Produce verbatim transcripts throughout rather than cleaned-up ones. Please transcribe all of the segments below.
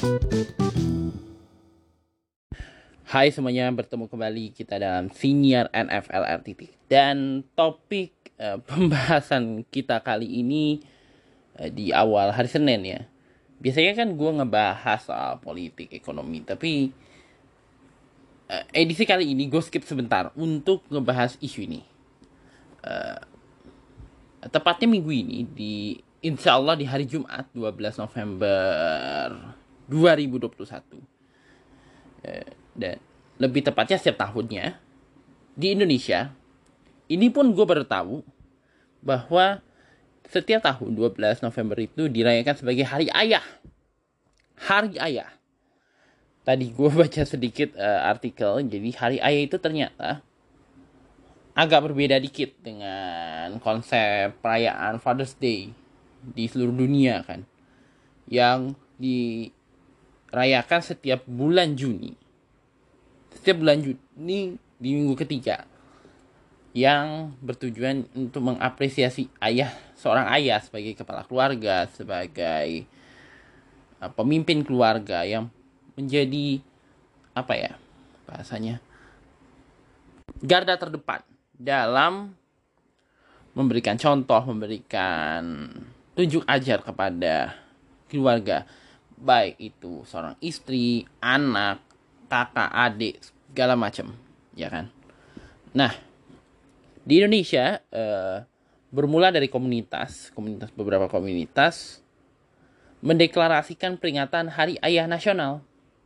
Hai semuanya, bertemu kembali kita dalam Senior N F L R T T. Dan topik uh, pembahasan kita kali ini uh, di awal hari Senin ya. Biasanya kan gue ngebahas soal politik, ekonomi, tapi uh, edisi kali ini gue skip sebentar untuk ngebahas isu ini. Uh, tepatnya minggu ini, di insya Allah di hari Jumat dua belas November dua ribu dua puluh satu. Uh, dan lebih tepatnya setiap tahunnya di Indonesia, ini pun gue baru tahu bahwa setiap tahun dua belas November itu dirayakan sebagai Hari Ayah. Hari Ayah. Tadi gue baca sedikit uh, artikel, jadi Hari Ayah itu ternyata agak berbeda dikit dengan konsep perayaan Father's Day di seluruh dunia kan, yang dirayakan setiap bulan Juni. Setiap bulan Juni di minggu ketiga, yang bertujuan untuk mengapresiasi ayah, seorang ayah sebagai kepala keluarga, sebagai uh, pemimpin keluarga yang menjadi apa ya bahasanya, garda terdepan dalam memberikan contoh, memberikan tunjuk ajar kepada keluarga, baik itu seorang istri, anak, kakak, adik, segala macam, ya kan. Nah, di Indonesia eh, bermula dari komunitas, komunitas beberapa komunitas mendeklarasikan peringatan Hari Ayah Nasional,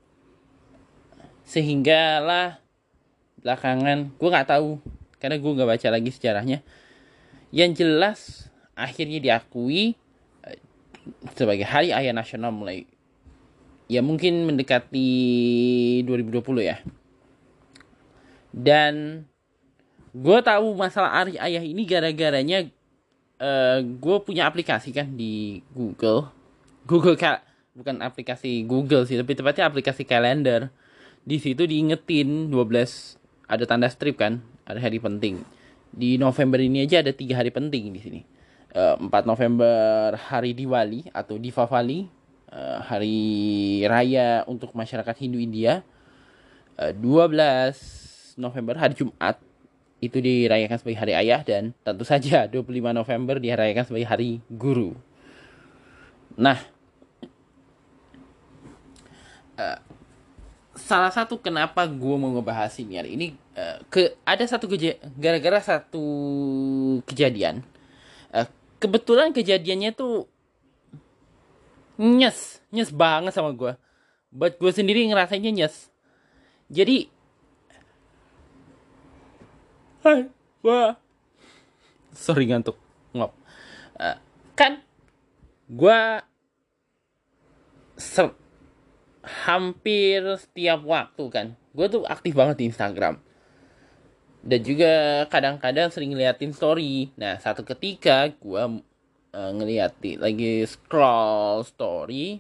sehinggalah belakangan, gue nggak tahu karena gue nggak baca lagi sejarahnya, yang jelas akhirnya diakui eh, sebagai Hari Ayah Nasional mulai ya mungkin mendekati dua ribu dua puluh ya. Dan gue tahu masalah Hari Ayah ini gara-garanya uh, gue punya aplikasi kan di Google. Google Cal- bukan aplikasi Google sih, tapi tepatnya aplikasi kalender. Di situ diingetin dua belas, ada tanda strip kan, ada hari penting. Di November ini aja ada tiga hari penting di sini. Uh, empat November Hari Diwali atau Diwali, Uh, hari raya untuk masyarakat Hindu India. uh, dua belas November hari Jumat itu dirayakan sebagai Hari Ayah, dan tentu saja dua puluh lima November dirayakan sebagai Hari Guru. Nah, uh, salah satu kenapa gue mau ngebahas ini hari ini, uh, ke ada satu keja- gara-gara satu kejadian. Uh, kebetulan kejadiannya tuh nyes, nyes banget sama gue. Buat gue sendiri ngerasainnya nyes. Jadi, hai, wah, sorry ngantuk, ngop. Uh, kan, gue ser- hampir setiap waktu kan, gue tuh aktif banget di Instagram. Dan juga kadang-kadang sering ngeliatin story. Nah, satu ketika gue uh, ngeliatin, lagi scroll story,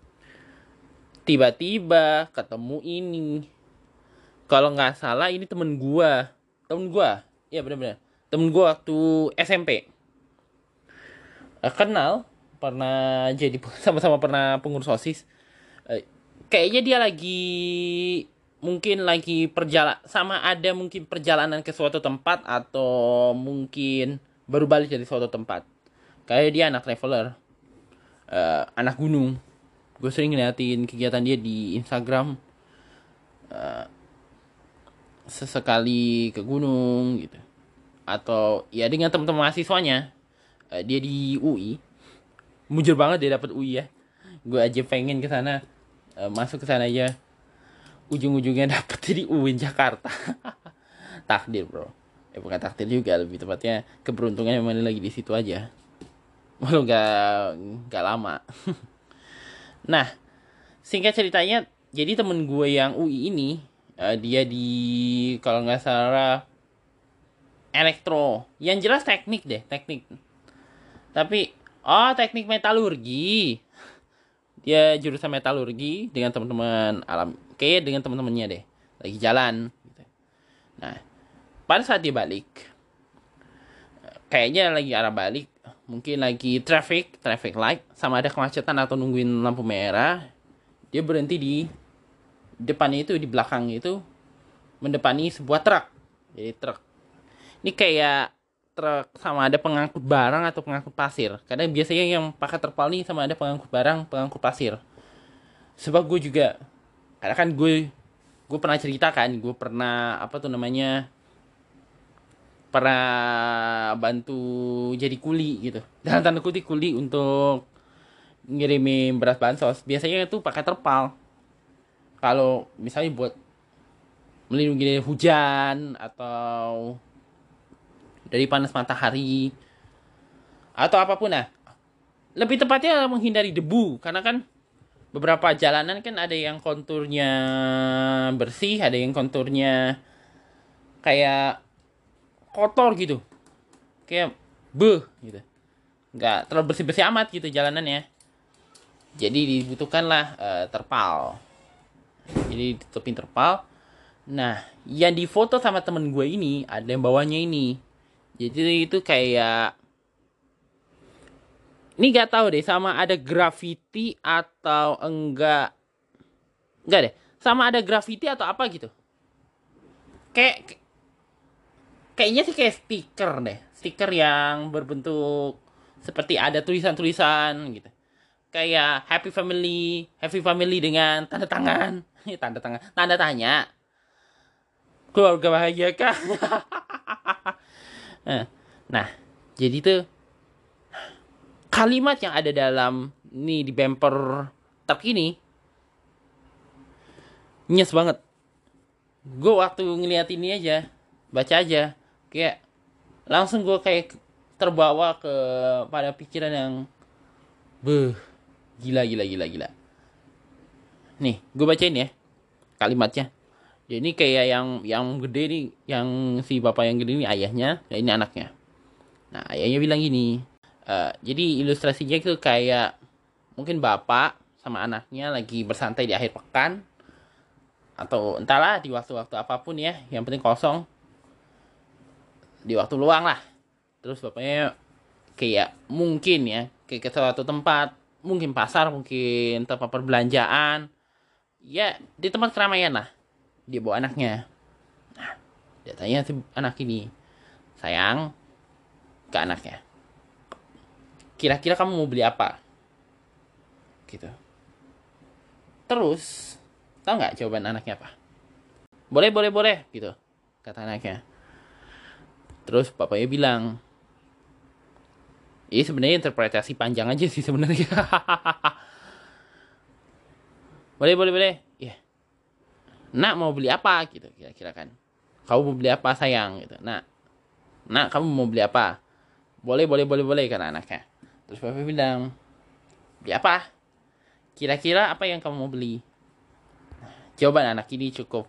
tiba-tiba ketemu ini. Kalau nggak salah ini temen gue, temen gue, ya benar-benar temen gue waktu S M P. Uh, kenal, pernah jadi sama-sama pernah pengurus OSIS. Uh, kayaknya dia lagi mungkin lagi perjalanan, sama ada mungkin perjalanan ke suatu tempat, atau mungkin baru balik dari suatu tempat. Kayak dia anak traveler, uh, anak gunung. Gue sering ngeliatin kegiatan dia di Instagram. Uh, sesekali ke gunung gitu, atau ya dengan teman-teman mahasiswanya. Uh, dia di U I, mujur banget dia dapat U I ya. Gue aja pengen ke sana, uh, masuk ke sana aja, ujung-ujungnya dapet di U I N Jakarta. Takdir bro, eh bukan takdir juga, lebih tepatnya keberuntungan memang lagi di situ aja, walau gak gak lama. Nah, singkat ceritanya, jadi temen gue yang U I ini, uh, dia di, kalau nggak salah, elektro, yang jelas teknik deh, teknik. Tapi oh, teknik metalurgi. Dia jurusan metalurgi dengan teman-teman alam, kayak dengan teman-temannya deh, lagi jalan gitu. Nah, pada saat dia balik, kayaknya lagi arah balik, mungkin lagi traffic traffic light, sama ada kemacetan atau nungguin lampu merah. Dia berhenti di depannya itu, di belakang itu mendepani sebuah truk. Jadi truk ini kayak truk sama ada pengangkut barang atau pengangkut pasir. Karena biasanya yang pakai terpal nih sama ada pengangkut barang, pengangkut pasir. Sebab gue juga, karena kan gue gue pernah cerita kan, gue pernah apa tuh namanya, pernah bantu jadi kuli gitu. Dalam tanda kutip kuli untuk ngirimin beras bansos. Biasanya itu pakai terpal. Kalau misalnya buat melindungi dari hujan atau dari panas matahari atau apapun lah. Lebih tepatnya menghindari debu, karena kan beberapa jalanan kan ada yang konturnya bersih, ada yang konturnya kayak kotor gitu, kayak beuh gitu, nggak terlalu bersih bersih amat gitu jalanannya. Jadi dibutuhkanlah uh, terpal. Jadi ditutupin terpal. Nah, yang difoto sama temen gue ini ada yang bawahnya ini. Jadi itu kayak, ini gak tahu deh sama ada graffiti atau enggak. Enggak deh, sama ada graffiti atau apa gitu. Kayak kayaknya sih kayak stiker deh. Stiker yang berbentuk seperti ada tulisan-tulisan gitu. Kayak happy family, happy family dengan tanda tangan. tanda tangan, tanda tanya. Keluarga bahagia kah? Nah, jadi tuh kalimat yang ada dalam nih di bumper truk ini nyes banget. Gue waktu ngeliat ini aja, baca aja, kayak langsung gue kayak terbawa ke pada pikiran yang beuh, gila gila gila gila. Nih, gue bacain ya kalimatnya. Jadi ini kayak yang yang gede nih, yang si bapak yang gede ini ayahnya, dan ini anaknya. Nah, ayahnya bilang gini, uh, jadi ilustrasinya itu kayak mungkin bapak sama anaknya lagi bersantai di akhir pekan, atau entahlah di waktu-waktu apapun ya, yang penting kosong, di waktu luang lah. Terus bapaknya kayak mungkin ya, kayak ke suatu tempat, mungkin pasar, mungkin tempat perbelanjaan, ya di tempat keramaian lah. Dia bawa anaknya. Nah, dia tanya si anak ini, sayang, ke anaknya, kira-kira kamu mau beli apa? Gitu. Terus, tahu nggak jawaban anaknya apa? Boleh, boleh, boleh, gitu, kata anaknya. Terus bapaknya bilang, ini sebenarnya interpretasi panjang aja sih sebenarnya. boleh, boleh, boleh. Ya. Yeah. Nak mau beli apa? Gitu, kira-kira kan. Kamu mau beli apa sayang? Gitu. Nak, nak kamu mau beli apa? Boleh, boleh, boleh, boleh, kata anaknya. Terus bapak bilang, beli apa? Kira-kira apa yang kamu mau beli? Jawaban anak ini cukup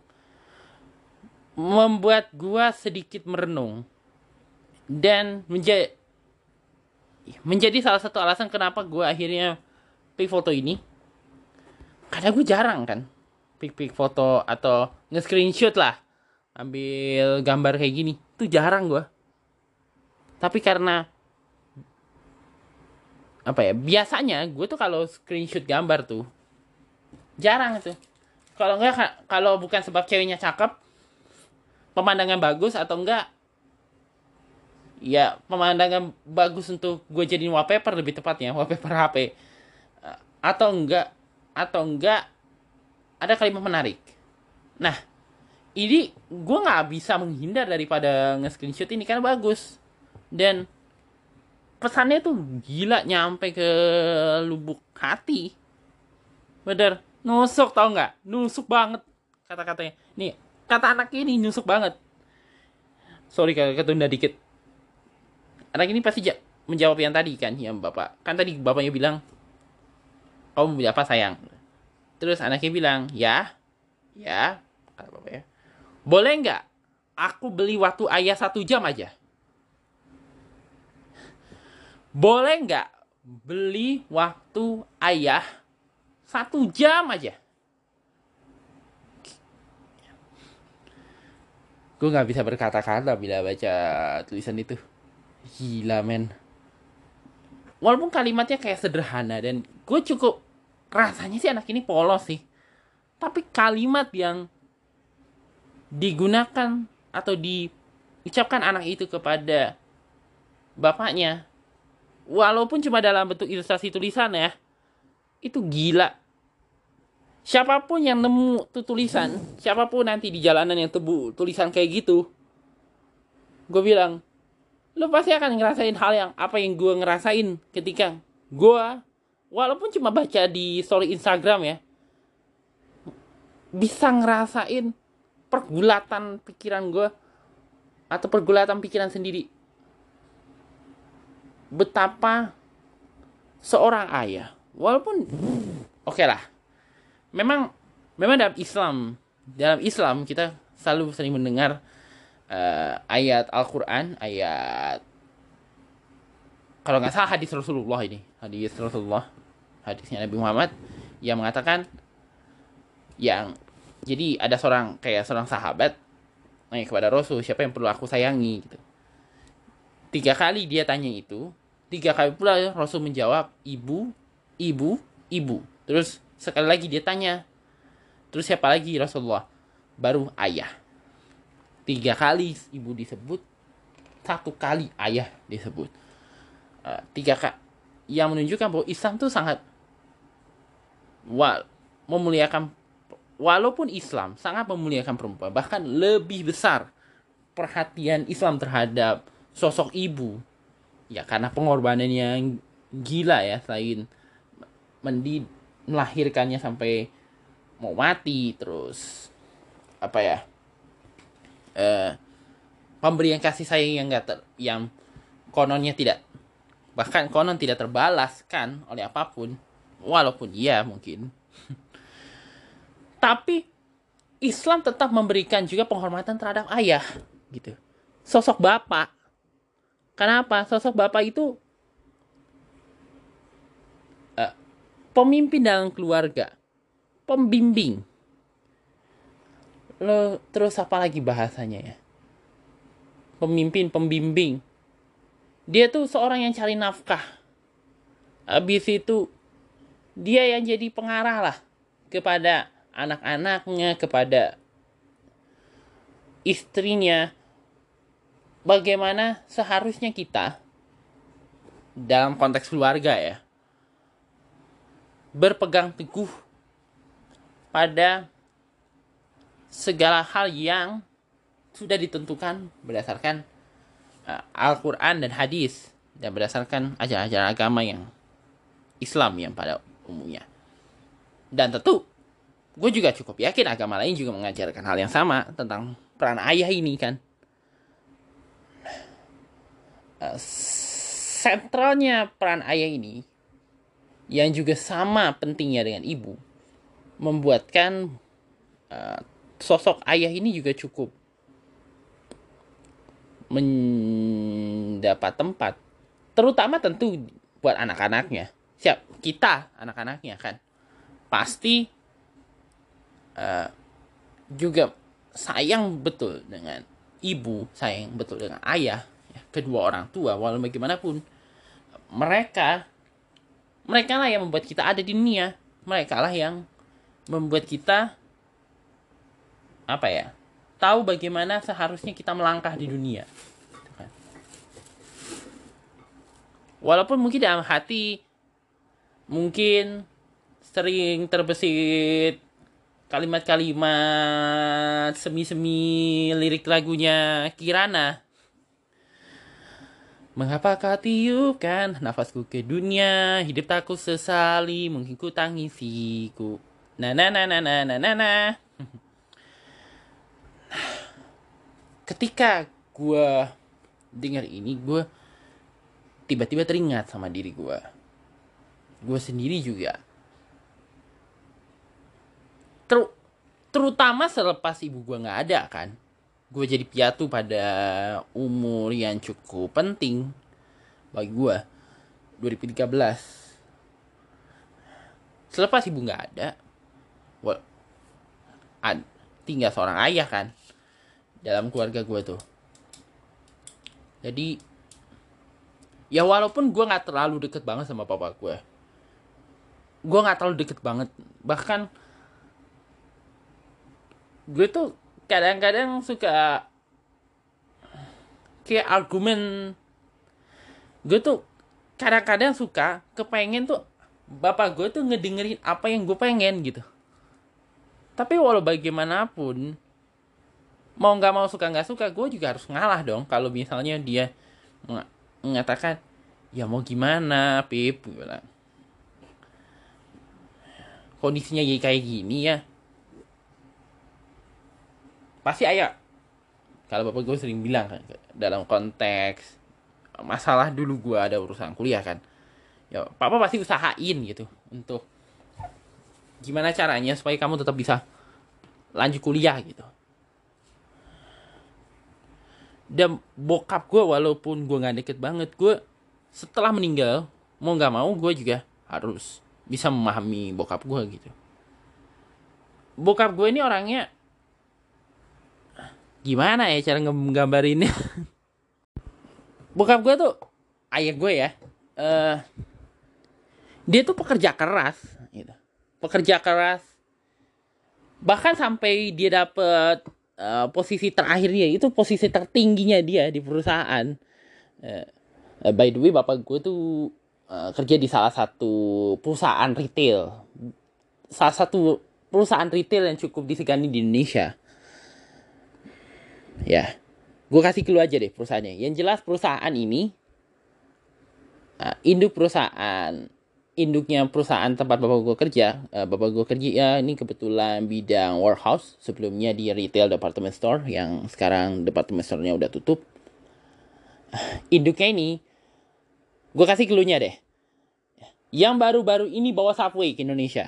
membuat gua sedikit merenung. Dan menjadi menjadi salah satu alasan kenapa gua akhirnya pick foto ini. Karena gue jarang kan pick-pick foto atau nge-screenshot lah, ambil gambar kayak gini. Itu jarang gua. Tapi karena apa ya, biasanya gue tuh kalau screenshot gambar tuh jarang tuh. Kalau enggak, kalau bukan sebab ceweknya cakep, pemandangan bagus, atau enggak ya pemandangan bagus untuk gue jadiin wallpaper, lebih tepatnya wallpaper H P, atau enggak atau enggak ada kalimat menarik. Nah, ini gue nggak bisa menghindar daripada nge-screenshot ini karena bagus. Dan pesannya tuh gila, nyampe ke lubuk hati. Bener, nusuk, tau nggak? Nusuk banget kata-katanya. Nih, kata anak ini nusuk banget. Sorry kalau ketunda dikit. Anak ini pasti ja- menjawab yang tadi kan, yang bapak. Kan tadi bapaknya bilang, kamu mau beli apa sayang? Terus anaknya bilang, ya, ya, kata bapaknya. Boleh nggak aku beli waktu ayah satu jam aja? Boleh nggak beli waktu ayah satu jam aja? Gue nggak bisa berkata-kata bila baca tulisan itu. Gila men. Walaupun kalimatnya kayak sederhana dan gue cukup rasanya sih anak ini polos sih. Tapi kalimat yang digunakan atau diucapkan anak itu kepada bapaknya, walaupun cuma dalam bentuk ilustrasi tulisan ya, itu gila. Siapapun yang nemu tuh tulisan, siapapun nanti di jalanan yang tebu tulisan kayak gitu, gue bilang, lo pasti akan ngerasain hal yang apa yang gue ngerasain ketika gue, walaupun cuma baca di story Instagram ya, bisa ngerasain pergulatan pikiran gue atau pergulatan pikiran sendiri. Betapa seorang ayah, walaupun oke okay lah, memang memang dalam Islam, dalam Islam kita selalu sering mendengar uh, ayat Al-Quran, ayat kalau nggak salah hadis Rasulullah ini, hadis Rasulullah, hadisnya Nabi Muhammad yang mengatakan, yang jadi ada seorang kayak seorang sahabat nanya kepada Rasul, siapa yang perlu aku sayangi gitu. Tiga kali dia tanya itu, tiga kali pula Rasul menjawab ibu, ibu, ibu. Terus sekali lagi dia tanya, terus siapa lagi Rasulullah? Baru ayah. Tiga kali ibu disebut, satu kali ayah disebut. Uh, tiga kali yang menunjukkan bahwa Islam tuh sangat wal memuliakan. Walaupun Islam sangat memuliakan perempuan, bahkan lebih besar perhatian Islam terhadap sosok ibu, ya karena pengorbanan yang gila ya, selain mendid melahirkannya sampai mau mati, terus apa ya, eh, pemberian kasih sayang yang gak ter, yang kononnya tidak, bahkan konon tidak terbalaskan oleh apapun, walaupun ya mungkin. Tapi Islam tetap memberikan juga penghormatan terhadap ayah gitu. Sosok bapak. Kenapa? Sosok bapak itu uh, pemimpin dalam keluarga, pembimbing. Lo terus apa lagi bahasanya ya? Pemimpin, pembimbing. Dia tuh seorang yang cari nafkah. Habis itu dia yang jadi pengarah lah kepada anak-anaknya, kepada istrinya, bagaimana seharusnya kita dalam konteks keluarga ya berpegang teguh pada segala hal yang sudah ditentukan berdasarkan uh, Al-Quran dan hadis, dan berdasarkan ajaran-ajaran agama yang Islam yang pada umumnya. Dan tentu gue juga cukup yakin agama lain juga mengajarkan hal yang sama tentang peran ayah ini kan. Uh, sentralnya peran ayah ini, yang juga sama pentingnya dengan ibu, membuatkan uh, sosok ayah ini juga cukup mendapat tempat, terutama tentu buat anak-anaknya. Siap, kita anak-anaknya kan pasti Uh, juga sayang betul dengan ibu, sayang betul dengan ayah ya, kedua orang tua. Walau bagaimanapun mereka mereka lah yang membuat kita ada di dunia, mereka lah yang membuat kita apa ya, tahu bagaimana seharusnya kita melangkah di dunia. Walaupun mungkin dalam hati mungkin sering terbesit kalimat-kalimat semi-semi lirik lagunya Kirana. Mengapa kau tiupkan nafasku ke dunia, hidup tak ku sesali, mungkin ku tangisiku. Na na na na na na na na. Ketika gue dengar ini, gue tiba-tiba teringat sama diri gue. Gue sendiri juga. Ter- terutama selepas ibu gue nggak ada kan, gue jadi piatu pada umur yang cukup penting bagi gue, dua ribu tiga belas. Selepas ibu nggak ada, well, ad, tinggal seorang ayah kan dalam keluarga gue tuh. Jadi ya walaupun gue nggak terlalu deket banget sama papa gue, gue nggak terlalu deket banget. Bahkan gue tuh kadang-kadang suka kayak argumen, gue tuh kadang-kadang suka kepengen tuh bapak gue tuh ngedengerin apa yang gue pengen gitu. Tapi walau bagaimanapun, mau nggak mau suka nggak suka, gue juga harus ngalah dong. Kalau misalnya dia meng- mengatakan, ya mau gimana, Pip, gue bilang, kondisinya jadi kayak gini ya, pasti ayah. Kalau bapak gue sering bilang kan, dalam konteks masalah dulu gue ada urusan kuliah kan, ya papa pasti usahain gitu untuk gimana caranya supaya kamu tetap bisa lanjut kuliah gitu. Dan bokap gue walaupun gue nggak deket banget, gue setelah meninggal mau nggak mau gue juga harus bisa memahami bokap gue gitu. Bokap gue ini orangnya gimana ya cara nggambarinnya. Bokap gue tuh ayah gue ya, eh dia tuh pekerja keras gitu. Pekerja keras bahkan sampai dia dapet uh, posisi terakhirnya itu posisi tertingginya dia di perusahaan. Uh, uh, by the way, bapak gue tuh uh, kerja di salah satu perusahaan retail, salah satu perusahaan retail yang cukup disegani di Indonesia. Ya, gue kasih clue aja deh perusahaannya. Yang jelas perusahaan ini uh, induk perusahaan induknya perusahaan tempat bapak gue kerja. Uh, bapak gue kerja ya ini kebetulan bidang warehouse. Sebelumnya di retail department store yang sekarang department store-nya udah tutup. Uh, induknya ini, gue kasih clue-nya deh. Yang baru-baru ini bawa Subway ke Indonesia.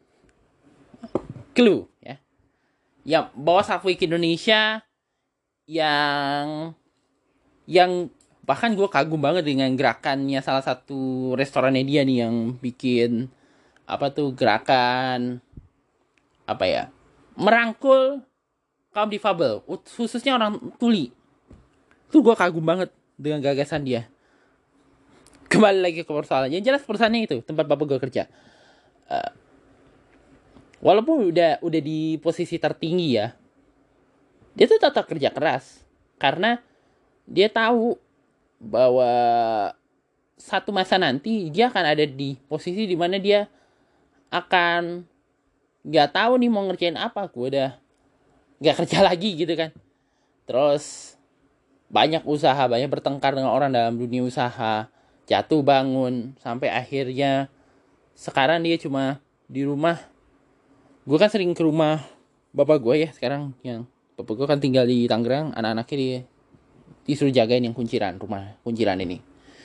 Clue ya. Yang bawa Subway ke Indonesia, yang yang bahkan gue kagum banget dengan gerakannya salah satu restorannya dia nih yang bikin apa tuh gerakan apa ya, merangkul kaum difabel khususnya orang tuli. Tuh gue kagum banget dengan gagasan dia. Kembali lagi ke persoalannya, jelas perusahaannya itu tempat bapak gue kerja. Uh, walaupun udah udah di posisi tertinggi ya, dia tuh tetap kerja keras karena dia tahu bahwa satu masa nanti dia akan ada di posisi di mana dia akan nggak tahu nih mau ngerjain apa. Gue udah nggak kerja lagi gitu kan. Terus banyak usaha, banyak bertengkar dengan orang dalam dunia usaha, jatuh bangun sampai akhirnya sekarang dia cuma di rumah. Gue kan sering ke rumah bapak gue ya sekarang, yang bapak gue kan tinggal di Tangerang, anak-anaknya dia disuruh jagain yang kunciran, rumah kunciran ini.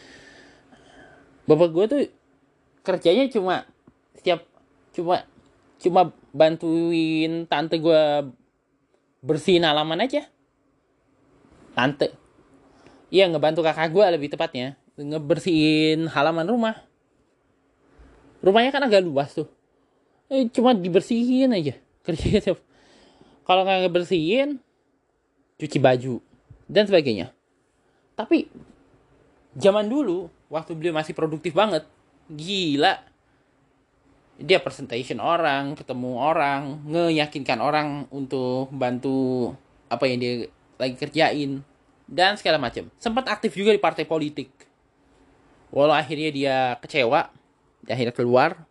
Bapak gue tuh kerjanya cuma setiap cuma cuma bantuin tante gue bersihin halaman aja. Tante, iya ngebantu kakak gue lebih tepatnya ngebersihin halaman rumah. Rumahnya kan agak luas tuh, eh, cuma dibersihin aja kerjanya. Kalau nggak ngebersihin, cuci baju dan sebagainya. Tapi zaman dulu waktu beliau masih produktif banget, gila, dia presentation orang, ketemu orang, ngeyakinkan orang untuk bantu apa yang dia lagi kerjain dan segala macam. Sempat aktif juga di partai politik, walau akhirnya dia kecewa, dia akhirnya keluar.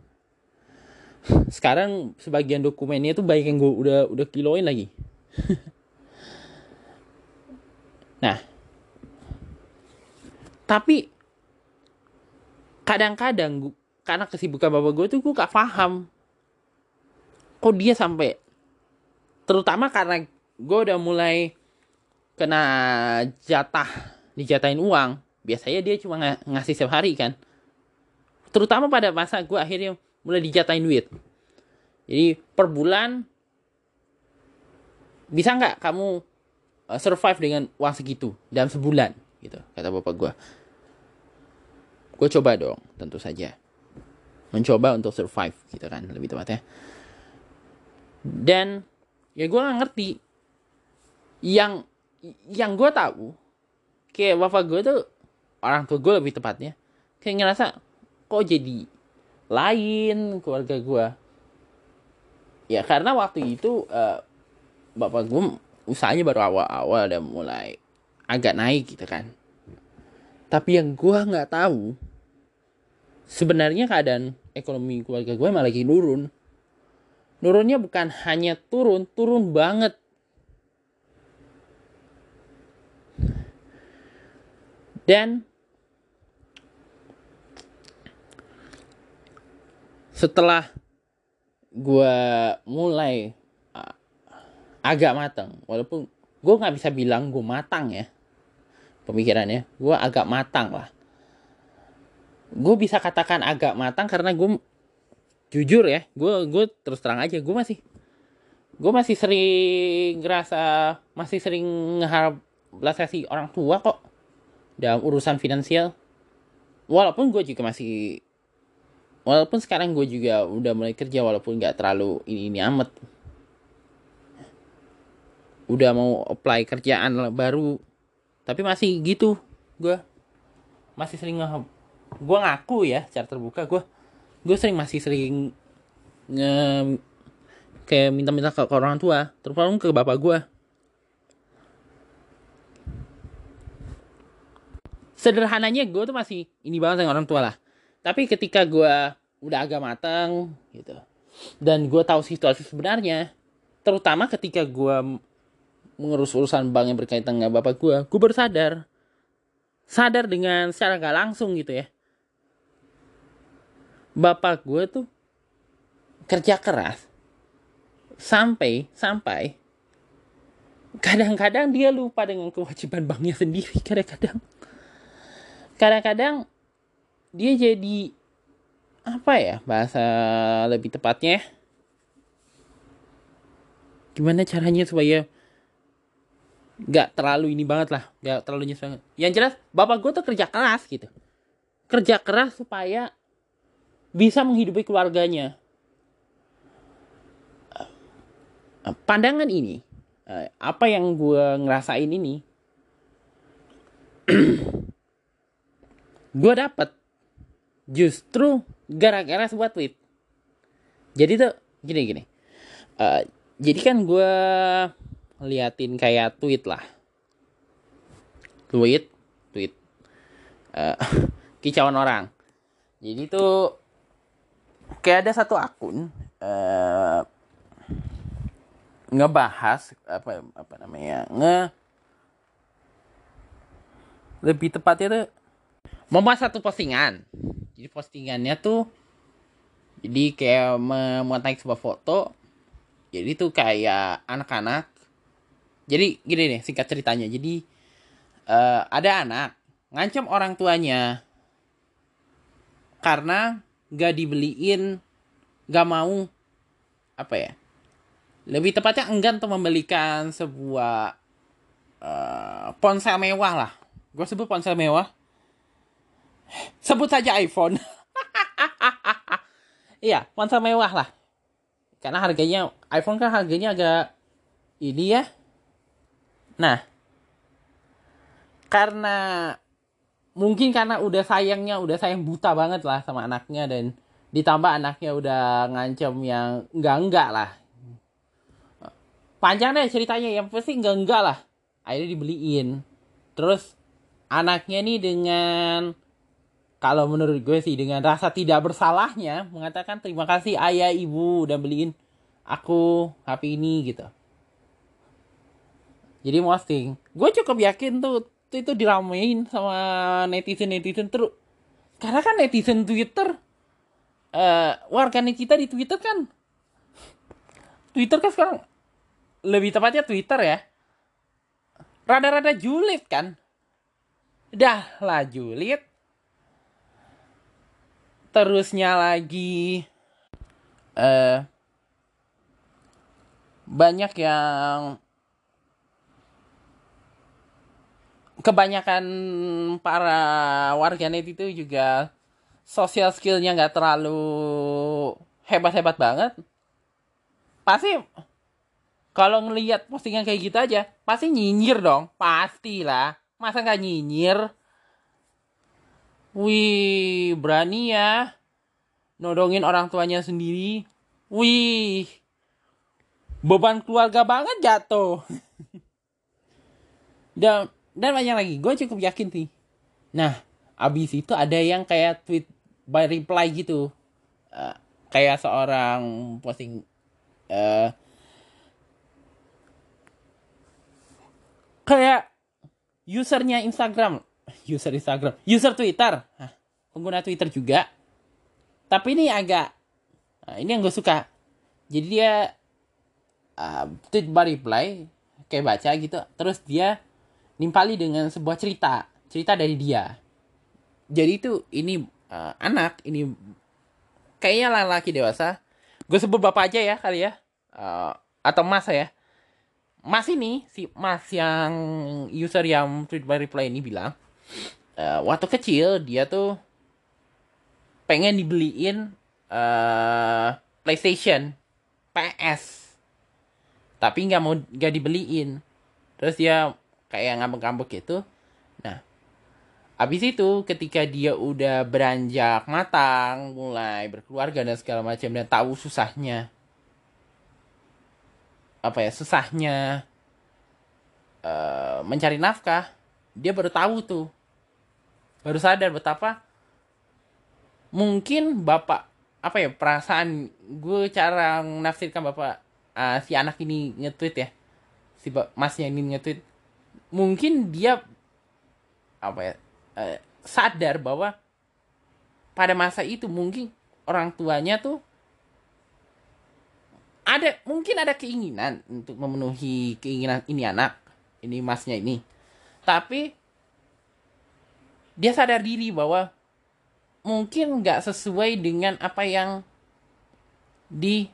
Sekarang sebagian dokumennya tuh banyak yang gue udah udah kiloin lagi. Nah, tapi kadang-kadang gua, karena kesibukan bapak gue tuh gue gak paham kok dia sampai, terutama karena gue udah mulai kena jatah, dijatahin uang. Biasanya dia cuma ng- ngasih setiap hari kan. Terutama pada masa gue akhirnya mulai dijatahin duit. Jadi per bulan bisa nggak kamu uh, survive dengan uang segitu dalam sebulan gitu, kata bapak gue. Gue coba dong, tentu saja mencoba untuk survive gitu kan, lebih tepatnya. Dan ya gue nggak ngerti, yang yang gue tahu kayak bapak gue tuh, orang tua gue lebih tepatnya, kayak ngerasa kok jadi lain keluarga gue. Ya karena waktu itu uh, bapak gue usahanya baru awal-awal udah mulai agak naik gitu kan. Tapi yang gue nggak tahu sebenarnya keadaan ekonomi keluarga gue malah lagi nurun. Nurunnya bukan hanya turun, turun banget. Dan setelah gue mulai uh, agak matang, walaupun gue nggak bisa bilang gue matang ya pemikirannya, gue agak matang lah. Gue bisa katakan agak matang karena gue jujur ya, gue gue terus terang aja, gue masih gue masih sering ngerasa, masih sering ngeharap belas kasih orang tua kok dalam urusan finansial. Walaupun gue juga masih, walaupun sekarang gue juga udah mulai kerja, walaupun nggak terlalu ini ini amat, udah mau apply kerjaan baru, tapi masih gitu. Gue masih sering nge, gue ngaku ya secara terbuka, gue gue sering masih sering nge kayak minta-minta ke, ke orang tua, terutama ke bapak gue. Sederhananya gue tuh masih ini banget sama orang tua lah. Tapi ketika gue udah agak matang gitu, dan gue tahu situasi sebenarnya, terutama ketika gue mengurus urusan bank yang berkaitan dengan bapak gue, gue baru sadar, sadar dengan secara gak langsung gitu ya, bapak gue tuh kerja keras sampai sampai kadang-kadang dia lupa dengan kewajiban banknya sendiri. Kadang-kadang kadang-kadang dia jadi apa ya bahasa lebih tepatnya, gimana caranya supaya nggak terlalu ini banget lah, nggak terlalu nyesel. Yang jelas bapak gue tuh kerja keras gitu, kerja keras supaya bisa menghidupi keluarganya. Pandangan ini, apa yang gue ngerasain ini, gue dapet justru gara-gara sebuah tweet. Jadi tuh gini-gini. Uh, jadi kan gue liatin kayak tweet lah. Tweet. Tweet. Uh, kicauan orang. Jadi tuh kayak ada satu akun. Uh, ngebahas. Apa, apa namanya. Nge... Lebih tepatnya tuh membuat satu postingan. Jadi postingannya tuh, jadi kayak memuat sebuah foto. Jadi tuh kayak anak-anak. Jadi gini nih singkat ceritanya. Jadi uh, ada anak ngancam orang tuanya karena gak dibeliin, gak mau, apa ya, lebih tepatnya enggan untuk membelikan sebuah uh, ponsel mewah lah. Gue sebut ponsel mewah, sebut saja iPhone. Iya, ponsel mewah lah. Karena harganya, iPhone kan harganya agak ini ya. Nah, karena mungkin karena udah sayangnya, udah sayang buta banget lah sama anaknya, dan ditambah anaknya udah ngancem yang enggak-enggak lah. Panjang deh ceritanya, yang pasti enggak-enggak lah. Akhirnya dibeliin. Terus anaknya nih dengan, kalau menurut gue sih dengan rasa tidak bersalahnya mengatakan terima kasih ayah ibu udah beliin aku H P ini gitu. Jadi posting. Gue cukup yakin tuh itu diramein sama netizen-netizen terus. Karena kan netizen Twitter, uh, warganet kita di Twitter kan, Twitter kan sekarang lebih tepatnya Twitter ya, rada-rada julid kan. Dah lah julid. Terusnya lagi uh, banyak yang kebanyakan para warganet itu juga social skillnya nggak terlalu hebat-hebat banget. Pasti kalau ngelihat postingan kayak gitu aja pasti nyinyir dong, pastilah. Masa nggak nyinyir? Wih, berani ya nodongin orang tuanya sendiri. Wih, beban keluarga banget jatuh. dan dan banyak lagi, gue cukup yakin sih. Nah, abis itu ada yang kayak tweet by reply gitu. Uh, kayak seorang posting uh, kayak usernya Instagram, user Instagram, user Twitter, nah, pengguna Twitter juga. Tapi ini agak, nah, ini yang gue suka. Jadi dia uh, tweet by reply, kayak baca gitu. Terus dia nimpali dengan sebuah cerita, cerita dari dia. Jadi itu ini uh, anak, ini kayaknya laki dewasa. Gue sebut bapak aja ya kali ya, uh, atau mas ya. Mas ini, si mas yang user yang tweet by reply ini bilang, uh, waktu kecil dia tuh pengen dibeliin uh, PlayStation, P S, tapi nggak mau nggak dibeliin. Terus dia kayak ngambek-ngambek gitu. Nah, abis itu ketika dia udah beranjak matang, mulai berkeluarga dan segala macam, dan tahu susahnya, apa ya susahnya uh, mencari nafkah, dia baru tahu tuh, baru sadar betapa mungkin bapak, apa ya, perasaan gue, cara menafsirkan bapak uh, si anak ini nge-tweet ya, si masnya ini nge-tweet, mungkin dia apa ya uh, sadar bahwa pada masa itu mungkin orang tuanya tuh ada, mungkin ada keinginan untuk memenuhi keinginan ini anak, ini masnya ini, tapi dia sadar diri bahwa mungkin nggak sesuai dengan apa yang di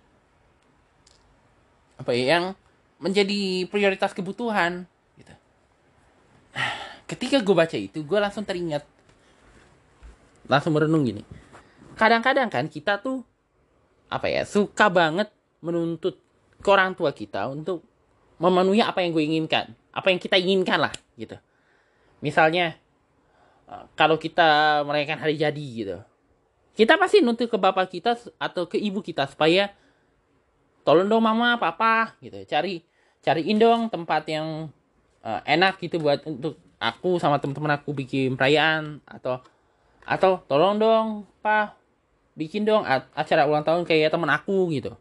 apa ya, yang menjadi prioritas kebutuhan gitu. Ketika gue baca itu, gue langsung teringat, langsung merenung gini. Kadang-kadang kan kita tuh apa ya, suka banget menuntut ke orang tua kita untuk memenuhi apa yang gue inginkan, apa yang kita inginkan lah gitu. Misalnya kalau kita merayakan hari jadi gitu, kita pasti nuntut ke bapak kita atau ke ibu kita supaya tolong dong mama, papa gitu, cari cariin dong tempat yang uh, enak gitu buat untuk aku sama teman-teman aku bikin perayaan, atau atau tolong dong pak, bikin dong acara ulang tahun kayak teman aku gitu.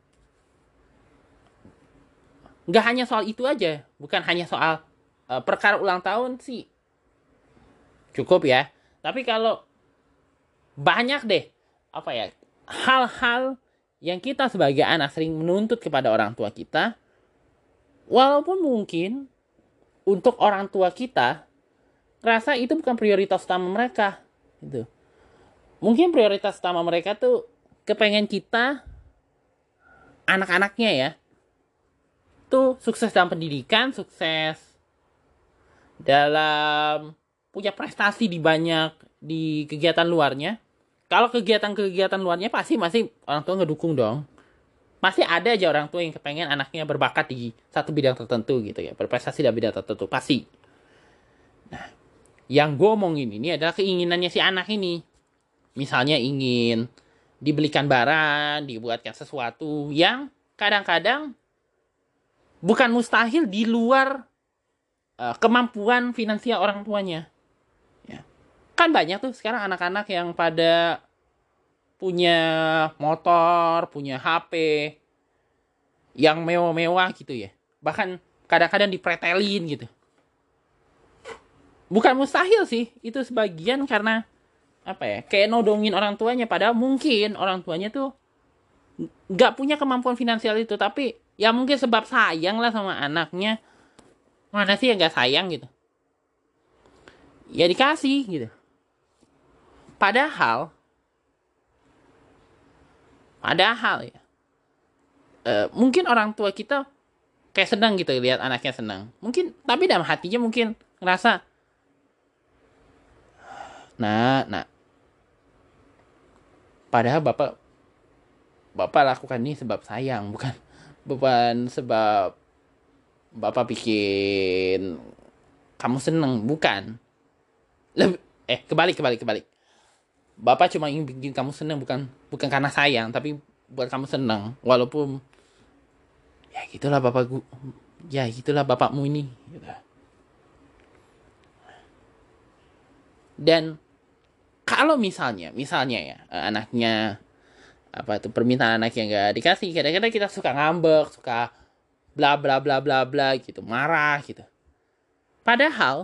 Nggak hanya soal itu aja, bukan hanya soal uh, perkara ulang tahun sih cukup ya, tapi kalau banyak deh apa ya, hal-hal yang kita sebagai anak sering menuntut kepada orang tua kita, walaupun mungkin untuk orang tua kita rasa itu bukan prioritas utama mereka gitu. Mungkin prioritas utama mereka tuh kepengen kita, anak-anaknya ya, tuh sukses dalam pendidikan, sukses dalam punya prestasi di banyak di kegiatan luarnya. Kalau kegiatan-kegiatan luarnya pasti masih orang tua ngedukung dong. Pasti ada aja orang tua yang kepengen anaknya berbakat di satu bidang tertentu gitu ya, berprestasi dalam bidang tertentu pasti. Nah, yang gue omongin ini adalah keinginannya si anak ini. Misalnya ingin dibelikan barang, dibuatkan sesuatu yang kadang-kadang bukan mustahil di luar uh, kemampuan finansial orang tuanya. Kan banyak tuh sekarang anak-anak yang pada punya motor, punya H P yang mewah-mewah gitu ya. Bahkan kadang-kadang dipretelin gitu. Bukan mustahil sih, itu sebagian karena apa ya, kayak nodongin orang tuanya, padahal mungkin orang tuanya tuh nggak punya kemampuan finansial itu, tapi ya mungkin sebab sayang lah sama anaknya. Mana sih yang nggak sayang gitu? Ya dikasih gitu. Padahal, padahal ya, e, mungkin orang tua kita kayak senang gitu lihat anaknya senang. Mungkin, tapi dalam hatinya mungkin ngerasa, nah, nah, padahal bapak, bapak lakukan ini sebab sayang, bukan, bukan sebab bapak bikin kamu senang, bukan. Lebih, eh kebalik, kebalik, kebalik. Bapak cuma ingin bikin kamu senang, bukan bukan karena sayang, tapi buat kamu senang. Walaupun ya gitulah bapakku, ya gitulah bapakmu ini. Gitu. Dan kalau misalnya, misalnya ya anaknya apa tuh permintaan anaknya nggak dikasih, kadang-kadang kita suka ngambek, suka bla bla bla bla bla gitu, marah gitu. Padahal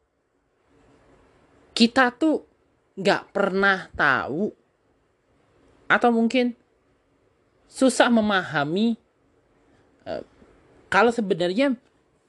kita tuh nggak pernah tahu atau mungkin susah memahami uh, kalau sebenarnya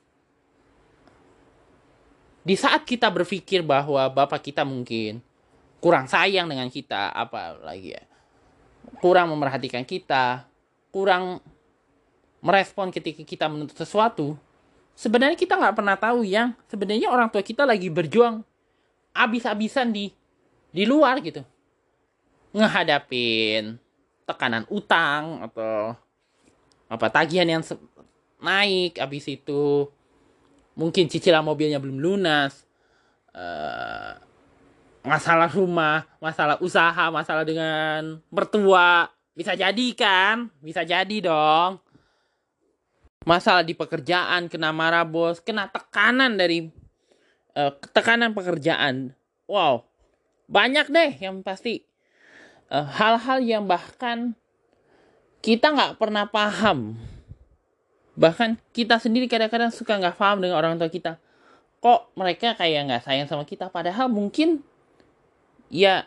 di saat kita berpikir bahwa bapak kita mungkin kurang sayang dengan kita, apa lagi ya, kurang memerhatikan kita, kurang merespon ketika kita menuntut sesuatu, sebenarnya kita nggak pernah tahu yang sebenarnya orang tua kita lagi berjuang abis-abisan di di luar gitu, ngehadapin tekanan utang atau apa tagihan yang naik, abis itu mungkin cicilan mobilnya belum lunas, uh, masalah rumah, masalah usaha, masalah dengan mertua, bisa jadi kan, bisa jadi dong, masalah di pekerjaan, kena marah bos, kena tekanan dari uh, tekanan pekerjaan, wow, banyak deh yang pasti uh, hal-hal yang bahkan kita nggak pernah paham. Bahkan kita sendiri kadang-kadang suka nggak paham dengan orang tua kita. Kok mereka kayak nggak sayang sama kita, padahal mungkin ya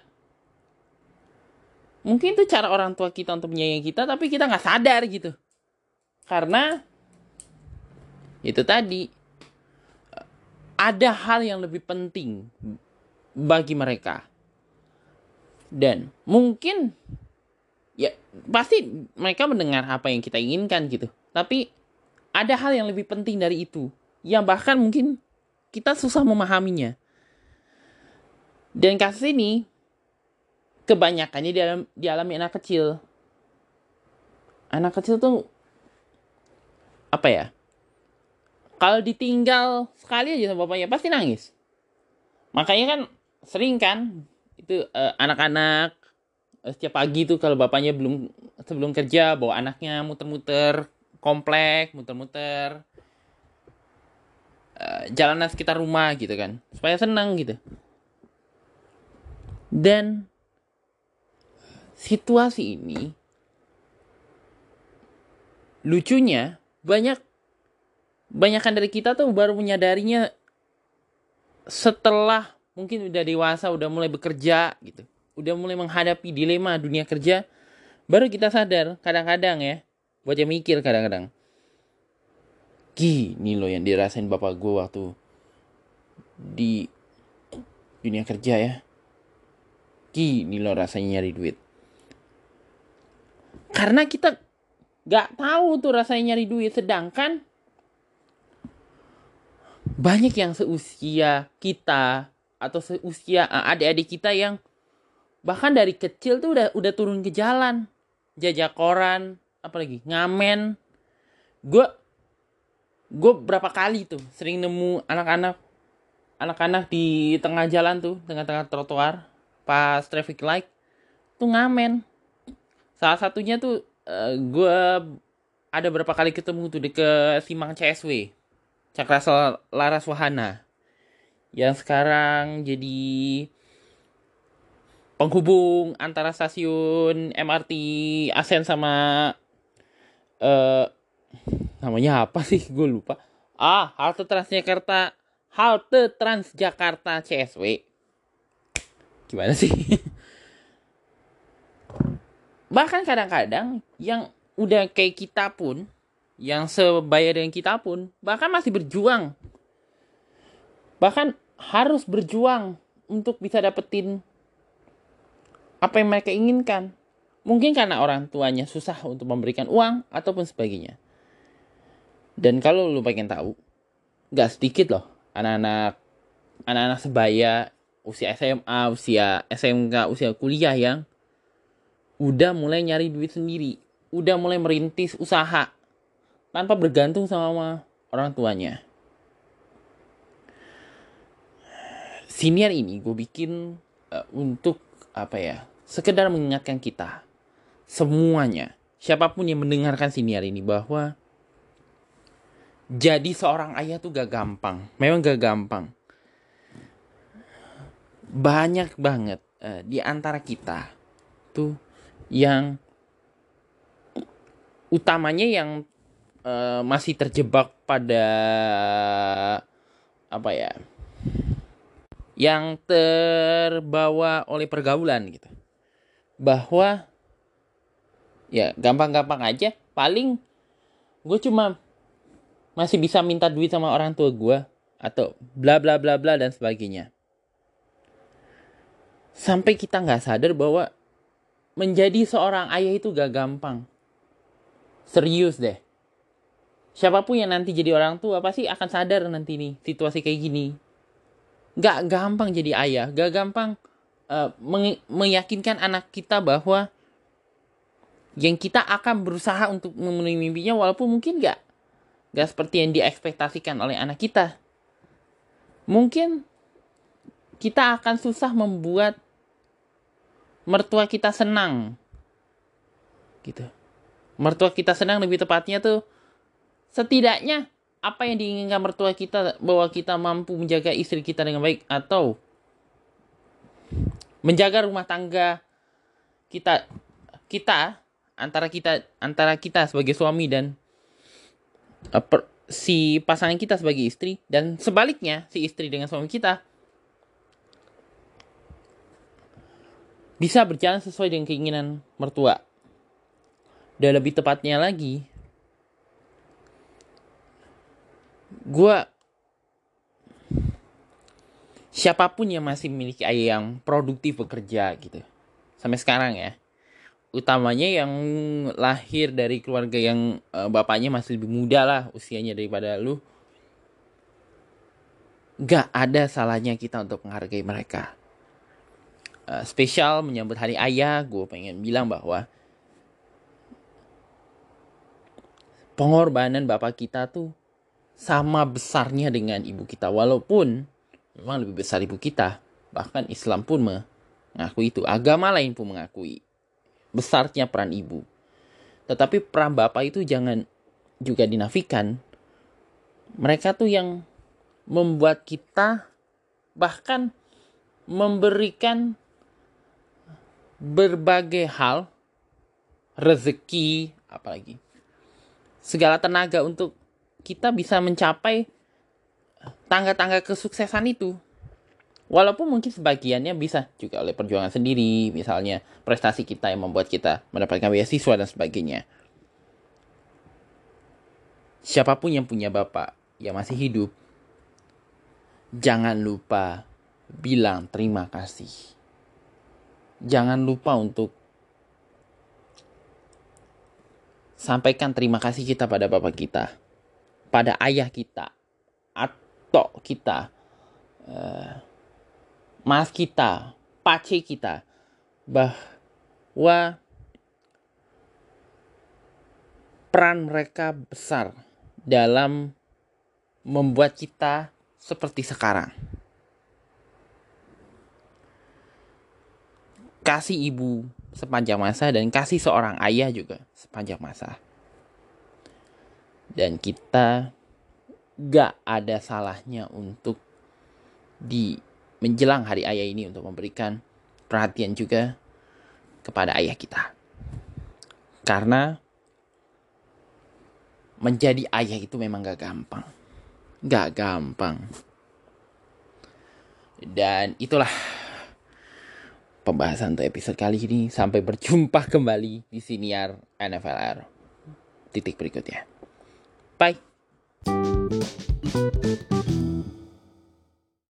mungkin itu cara orang tua kita untuk menyayangi kita, tapi kita nggak sadar gitu. Karena itu tadi, ada hal yang lebih penting bagi mereka. Dan mungkin ya pasti mereka mendengar apa yang kita inginkan gitu. Tapi ada hal yang lebih penting dari itu, yang bahkan mungkin kita susah memahaminya. Dan kasus ini kebanyakannya dialam, dialami anak kecil. Anak kecil tuh apa ya? Kalau ditinggal sekali aja sama bapaknya pasti nangis. Makanya kan sering kan itu uh, anak-anak uh, setiap pagi tuh kalau bapaknya belum sebelum kerja bawa anaknya muter-muter komplek, muter-muter uh, jalanan sekitar rumah gitu kan, supaya senang gitu. Dan situasi ini lucunya banyak banyakan dari kita tuh baru menyadarinya setelah mungkin udah dewasa, udah mulai bekerja gitu, udah mulai menghadapi dilema dunia kerja, baru kita sadar kadang-kadang ya, buat yang mikir kadang-kadang, gini loh yang dirasain bapak gue waktu di dunia kerja ya, gini loh rasanya nyari duit. Karena kita gak tahu tuh rasanya nyari duit, sedangkan banyak yang seusia kita atau seusia adik-adik kita yang bahkan dari kecil tuh udah udah turun ke jalan, jajak koran, apalagi ngamen. Gue gue berapa kali tuh sering nemu anak-anak anak-anak di tengah jalan tuh, tengah-tengah trotoar pas traffic light tuh ngamen. Salah satunya tuh uh, gue ada berapa kali ketemu tuh di ke Simang C S W, Cakrasel Laras Wahana, yang sekarang jadi penghubung antara stasiun M R T Asen sama uh, namanya apa sih? Gue lupa. Ah, halte Transjakarta, halte Transjakarta C S W. Gimana sih? Bahkan kadang-kadang yang udah kayak kita pun, yang sebaya dengan kita pun, bahkan masih berjuang. Bahkan harus berjuang untuk bisa dapetin apa yang mereka inginkan. Mungkin karena orang tuanya susah untuk memberikan uang ataupun sebagainya. Dan kalau lu pengen tahu, gak sedikit loh anak-anak anak-anak sebaya usia S M A, usia S M K, usia kuliah yang udah mulai nyari duit sendiri, udah mulai merintis usaha tanpa bergantung sama orang tuanya. Siniar ini gue bikin uh, untuk apa ya, sekedar mengingatkan kita semuanya, siapapun yang mendengarkan siniar ini, bahwa jadi seorang ayah tuh gak gampang. Memang gak gampang. Banyak banget uh, di antara kita tuh yang utamanya yang uh, masih terjebak pada apa ya, yang terbawa oleh pergaulan gitu. Bahwa ya gampang-gampang aja, paling gue cuma masih bisa minta duit sama orang tua gue, atau bla bla bla bla dan sebagainya. Sampai kita nggak sadar bahwa menjadi seorang ayah itu gak gampang. Serius deh. Siapapun yang nanti jadi orang tua pasti akan sadar nanti nih situasi kayak gini. Gak gampang jadi ayah, gak gampang uh, meng- meyakinkan anak kita bahwa yang kita akan berusaha untuk memenuhi mimpinya, walaupun mungkin gak Gak seperti yang diekspektasikan oleh anak kita. Mungkin kita akan susah membuat mertua kita senang. Gitu. Mertua kita senang lebih tepatnya tuh, setidaknya apa yang diinginkan mertua kita, bahwa kita mampu menjaga istri kita dengan baik, atau menjaga rumah tangga kita kita antara kita antara kita sebagai suami dan Uh, per, si pasangan kita sebagai istri, dan sebaliknya si istri dengan suami kita bisa berjalan sesuai dengan keinginan mertua. Dan lebih tepatnya lagi, gue siapapun yang masih memiliki ayah yang produktif bekerja gitu sampai sekarang ya, utamanya yang lahir dari keluarga yang uh, bapaknya masih lebih muda lah usianya daripada lu, gak ada salahnya kita untuk menghargai mereka. Uh, spesial menyambut hari ayah, gue pengen bilang bahwa pengorbanan bapak kita tuh sama besarnya dengan ibu kita, walaupun memang lebih besar ibu kita. Bahkan Islam pun mengakui itu, agama lain pun mengakui besarnya peran ibu. Tetapi peran bapak itu jangan juga dinafikan. Mereka tuh yang membuat kita, bahkan memberikan berbagai hal, rezeki, apalagi segala tenaga untuk kita bisa mencapai tangga-tangga kesuksesan itu. Walaupun mungkin sebagiannya bisa juga oleh perjuangan sendiri, misalnya prestasi kita yang membuat kita mendapatkan beasiswa dan sebagainya. Siapapun yang punya bapak yang masih hidup, jangan lupa bilang terima kasih. Jangan lupa untuk sampaikan terima kasih kita pada bapak kita, pada ayah kita, atau kita, uh, mas kita, pace kita, bahwa peran mereka besar dalam membuat kita seperti sekarang. Kasih ibu sepanjang masa dan kasih seorang ayah juga sepanjang masa. Dan kita gak ada salahnya untuk di menjelang hari ayah ini untuk memberikan perhatian juga kepada ayah kita. Karena menjadi ayah itu memang gak gampang. Gak gampang. Dan itulah pembahasan untuk episode kali ini. Sampai berjumpa kembali di Siniar N F L R titik berikutnya. Bye.